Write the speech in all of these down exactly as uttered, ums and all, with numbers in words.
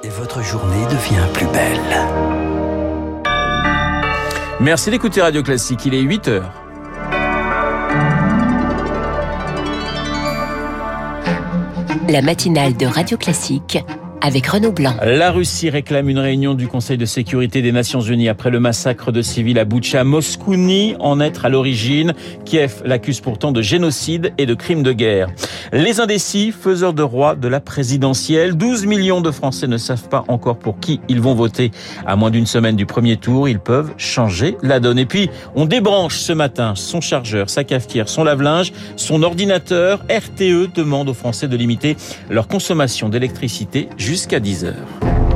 Et votre journée devient plus belle. Merci d'écouter Radio Classique, il est huit heures. La matinale de Radio Classique avec Renaud Blanc. La Russie réclame une réunion du Conseil de sécurité des Nations Unies après le massacre de civils à Boutcha. Moscou nie en être à l'origine. Kiev l'accuse pourtant de génocide et de crimes de guerre. Les indécis, faiseurs de roi de la présidentielle. douze millions de Français ne savent pas encore pour qui ils vont voter. À moins d'une semaine du premier tour, ils peuvent changer la donne. Et puis, on débranche ce matin son chargeur, sa cafetière, son lave-linge, son ordinateur. R T E demande aux Français de limiter leur consommation d'électricité jusqu'à dix heures.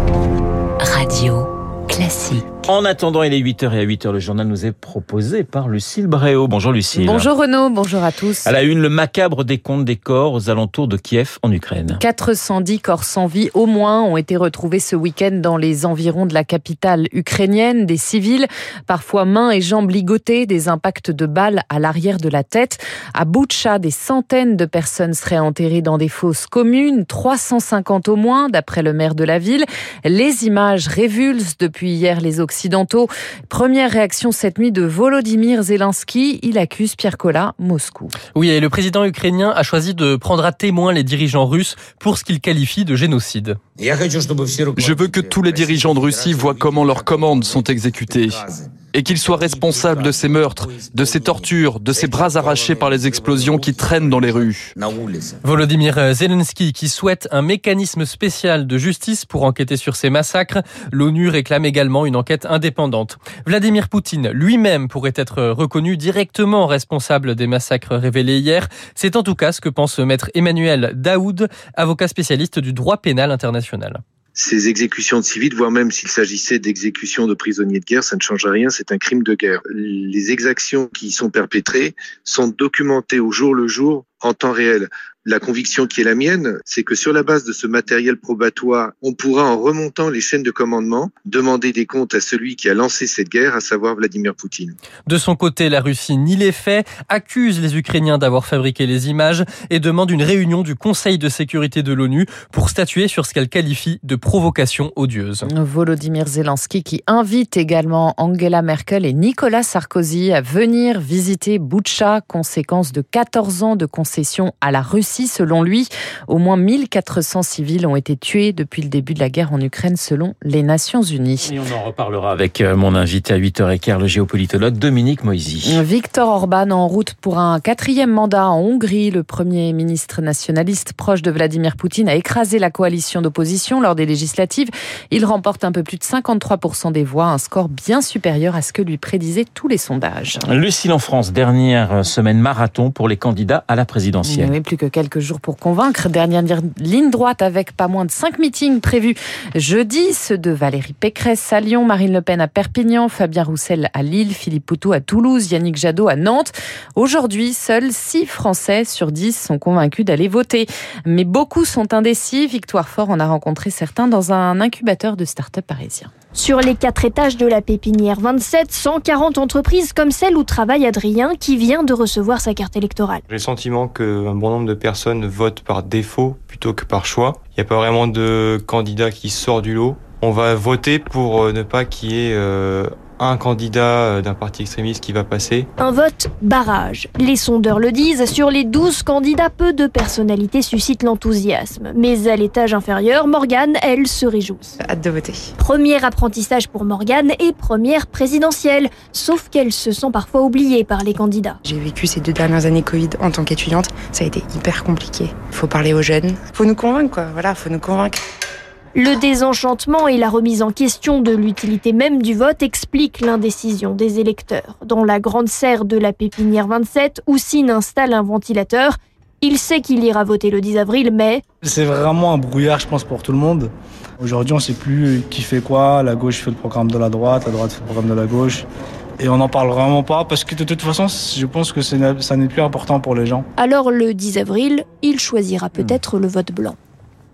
Radio Classique. En attendant, il est huit heures et à huit heures, le journal nous est proposé par Lucille Bréau. Bonjour Lucille. Bonjour Renaud, bonjour à tous. À la une, le macabre décompte des corps aux alentours de Kiev en Ukraine. quatre cent dix corps sans vie au moins ont été retrouvés ce week-end dans les environs de la capitale ukrainienne. Des civils, parfois mains et jambes ligotées, des impacts de balles à l'arrière de la tête. À Boutcha, des centaines de personnes seraient enterrées dans des fosses communes, trois cent cinquante au moins, d'après le maire de la ville. Les images révulsent depuis hier les Occidentaux. Première réaction cette nuit de Volodymyr Zelensky. Il accuse Pierre Collat, Moscou. Oui, et le président ukrainien a choisi de prendre à témoin les dirigeants russes pour ce qu'il qualifie de génocide. Je veux que tous les dirigeants de Russie voient comment leurs commandes sont exécutées. Et qu'ils soient responsables de ces meurtres, de ces tortures, de ces bras arrachés par les explosions qui traînent dans les rues. Volodymyr Zelensky qui souhaite un mécanisme spécial de justice pour enquêter sur ces massacres. L'ONU réclame également une enquête indépendante. Vladimir Poutine lui-même pourrait être reconnu directement responsable des massacres révélés hier. C'est en tout cas ce que pense maître Emmanuel Daoud, avocat spécialiste du droit pénal international. Ces exécutions de civils, voire même s'il s'agissait d'exécutions de prisonniers de guerre, ça ne change rien, c'est un crime de guerre. Les exactions qui y sont perpétrées sont documentées au jour le jour, en temps réel. La conviction qui est la mienne, c'est que sur la base de ce matériel probatoire, on pourra, en remontant les chaînes de commandement, demander des comptes à celui qui a lancé cette guerre, à savoir Vladimir Poutine. De son côté, la Russie nie les faits, accuse les Ukrainiens d'avoir fabriqué les images et demande une réunion du Conseil de sécurité de l'ONU pour statuer sur ce qu'elle qualifie de provocation odieuse. Volodymyr Zelensky qui invite également Angela Merkel et Nicolas Sarkozy à venir visiter Boutcha, conséquence de quatorze ans de concession à la Russie. Selon lui, au moins mille quatre cents civils ont été tués depuis le début de la guerre en Ukraine, selon les Nations Unies. Et on en reparlera avec mon invité à huit heures quinze, le géopolitologue Dominique Moisy. Viktor Orban en route pour un quatrième mandat en Hongrie. Le premier ministre nationaliste proche de Vladimir Poutine a écrasé la coalition d'opposition lors des législatives. Il remporte un peu plus de cinquante-trois pour cent des voix, un score bien supérieur à ce que lui prédisaient tous les sondages. Lucille en France, dernière semaine marathon pour les candidats à la présidentielle. Oui, plus que quelques jours pour convaincre. Dernière ligne droite avec pas moins de cinq meetings prévus jeudi. Ceux de Valérie Pécresse à Lyon, Marine Le Pen à Perpignan, Fabien Roussel à Lille, Philippe Poutou à Toulouse, Yannick Jadot à Nantes. Aujourd'hui, seuls six Français sur dix sont convaincus d'aller voter. Mais beaucoup sont indécis. Victoire Fort en a rencontré certains dans un incubateur de start-up parisien. Sur les quatre étages de la pépinière vingt-sept, cent quarante entreprises comme celle où travaille Adrien qui vient de recevoir sa carte électorale. J'ai le sentiment qu'un bon nombre de personnes votent par défaut plutôt que par choix. Il n'y a pas vraiment de candidat qui sort du lot. On va voter pour ne pas qu'il y ait euh, un candidat d'un parti extrémiste qui va passer. Un vote barrage. Les sondeurs le disent, sur les douze candidats, peu de personnalités suscitent l'enthousiasme. Mais à l'étage inférieur, Morgane, elle, se réjouit. Hâte de voter. Premier apprentissage pour Morgane et première présidentielle. Sauf qu'elle se sent parfois oubliée par les candidats. J'ai vécu ces deux dernières années Covid en tant qu'étudiante. Ça a été hyper compliqué. Faut parler aux jeunes. Faut nous convaincre, quoi. Voilà, faut nous convaincre. Le désenchantement et la remise en question de l'utilité même du vote expliquent l'indécision des électeurs. Dans la grande serre de la pépinière vingt-sept, Houssine installe un ventilateur. Il sait qu'il ira voter le dix avril, mais... C'est vraiment un brouillard, je pense, pour tout le monde. Aujourd'hui, on ne sait plus qui fait quoi. La gauche fait le programme de la droite, la droite fait le programme de la gauche. Et on n'en parle vraiment pas parce que de toute façon, je pense que ça n'est plus important pour les gens. Alors le dix avril, il choisira peut-être mmh. le vote blanc.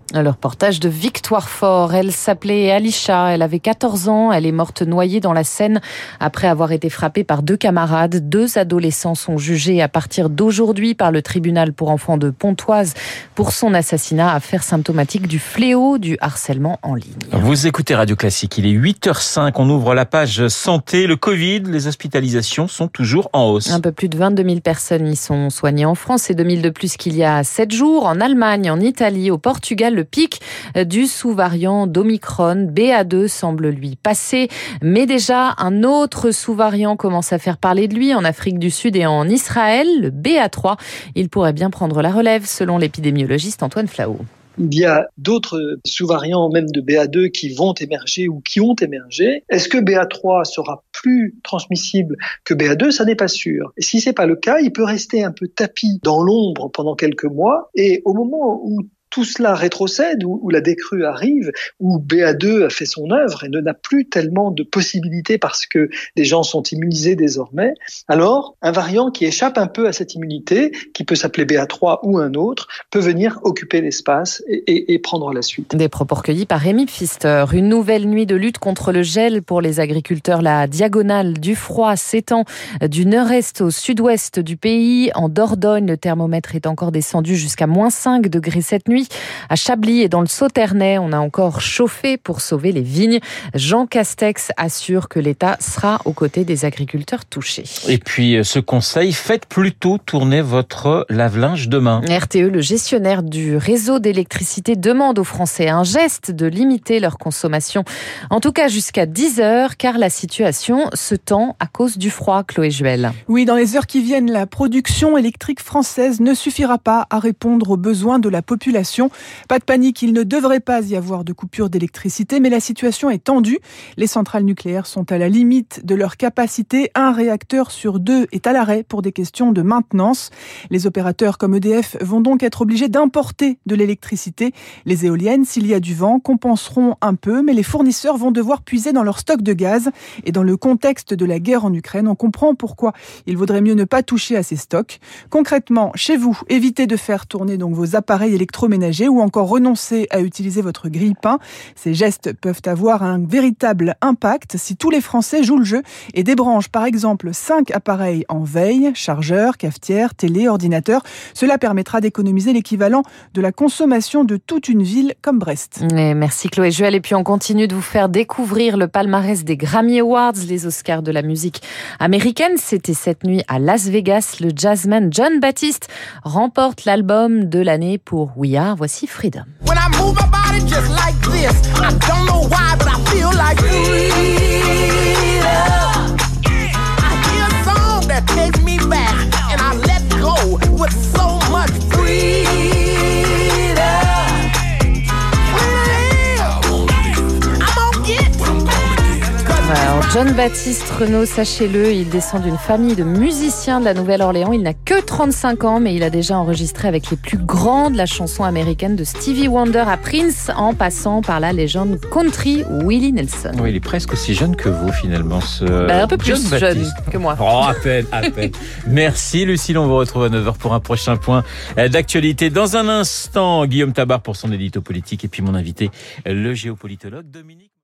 Le reportage de Victoire Fort. Elle s'appelait Alisha, elle avait quatorze ans, elle est morte noyée dans la Seine après avoir été frappée par deux camarades. Deux adolescents sont jugés à partir d'aujourd'hui par le tribunal pour enfants de Pontoise pour son assassinat, affaire symptomatique du fléau du harcèlement en ligne. Vous écoutez Radio Classique, il est huit heures cinq, on ouvre la page santé. Le Covid, les hospitalisations sont toujours en hausse. Un peu plus de vingt-deux mille personnes y sont soignées en France, c'est deux mille de plus qu'il y a sept jours. En Allemagne, en Italie, au Portugal, le pic du sous-variant d'Omicron, B A deux, semble lui passer. Mais déjà, un autre sous-variant commence à faire parler de lui en Afrique du Sud et en Israël, le B A trois. Il pourrait bien prendre la relève, selon l'épidémiologiste Antoine Flahault. Il y a d'autres sous-variants même de B A deux qui vont émerger ou qui ont émergé. Est-ce que B A trois sera plus transmissible que B A deux? Ça n'est pas sûr. Et si c'est pas le cas, il peut rester un peu tapi dans l'ombre pendant quelques mois. Et au moment où tout cela rétrocède, où, où la décrue arrive, où B A deux a fait son œuvre et ne n'a plus tellement de possibilités parce que les gens sont immunisés désormais, alors un variant qui échappe un peu à cette immunité, qui peut s'appeler B A trois ou un autre, peut venir occuper l'espace et, et, et prendre la suite. Des propos recueillis par Rémi Pfister. Une nouvelle nuit de lutte contre le gel pour les agriculteurs. La diagonale du froid s'étend du nord-est au sud-ouest du pays. En Dordogne, le thermomètre est encore descendu jusqu'à moins cinq degrés cette nuit. À Chablis et dans le Sauternais, on a encore chauffé pour sauver les vignes. Jean Castex assure que l'État sera aux côtés des agriculteurs touchés. Et puis, ce conseil, faites plutôt tourner votre lave-linge de main. R T E, le gestionnaire du réseau d'électricité, demande aux Français un geste de limiter leur consommation. En tout cas, jusqu'à dix heures, car la situation se tend à cause du froid. Chloé Juel. Oui, dans les heures qui viennent, la production électrique française ne suffira pas à répondre aux besoins de la population. Pas de panique, il ne devrait pas y avoir de coupure d'électricité, mais la situation est tendue. Les centrales nucléaires sont à la limite de leur capacité. Un réacteur sur deux est à l'arrêt pour des questions de maintenance. Les opérateurs comme E D F vont donc être obligés d'importer de l'électricité. Les éoliennes, s'il y a du vent, compenseront un peu, mais les fournisseurs vont devoir puiser dans leur stock de gaz. Et dans le contexte de la guerre en Ukraine, on comprend pourquoi il vaudrait mieux ne pas toucher à ces stocks. Concrètement, chez vous, évitez de faire tourner donc vos appareils électroménagers ou encore renoncer à utiliser votre grille-pain. Ces gestes peuvent avoir un véritable impact si tous les Français jouent le jeu et débranchent par exemple cinq appareils en veille, chargeurs, cafetières, télé, ordinateur. Cela permettra d'économiser l'équivalent de la consommation de toute une ville comme Brest. Et merci Chloé Juel. Et puis on continue de vous faire découvrir le palmarès des Grammy Awards, les Oscars de la musique américaine. C'était cette nuit à Las Vegas. Le jazzman Jon Batiste remporte l'album de l'année pour We Are. Voici Freedom. When I move my body just like this, I don't know why, but I feel like freedom. I hear a song that takes me back, and I let go with so much freedom. Alors, Jon Batiste, Renaud, sachez-le, il descend d'une famille de musiciens de la Nouvelle-Orléans. Il n'a que trente-cinq ans, mais il a déjà enregistré avec les plus grands de la chanson américaine, de Stevie Wonder à Prince, en passant par la légende country Willie Nelson. Oui, il est presque aussi jeune que vous, finalement, ce bah, un peu plus Jon jeune Batiste. que moi. Oh, à peine, à peine. Merci, Lucille. On vous retrouve à neuf heures pour un prochain point d'actualité. Dans un instant, Guillaume Tabar pour son édito politique et puis mon invité, le géopolitologue Dominique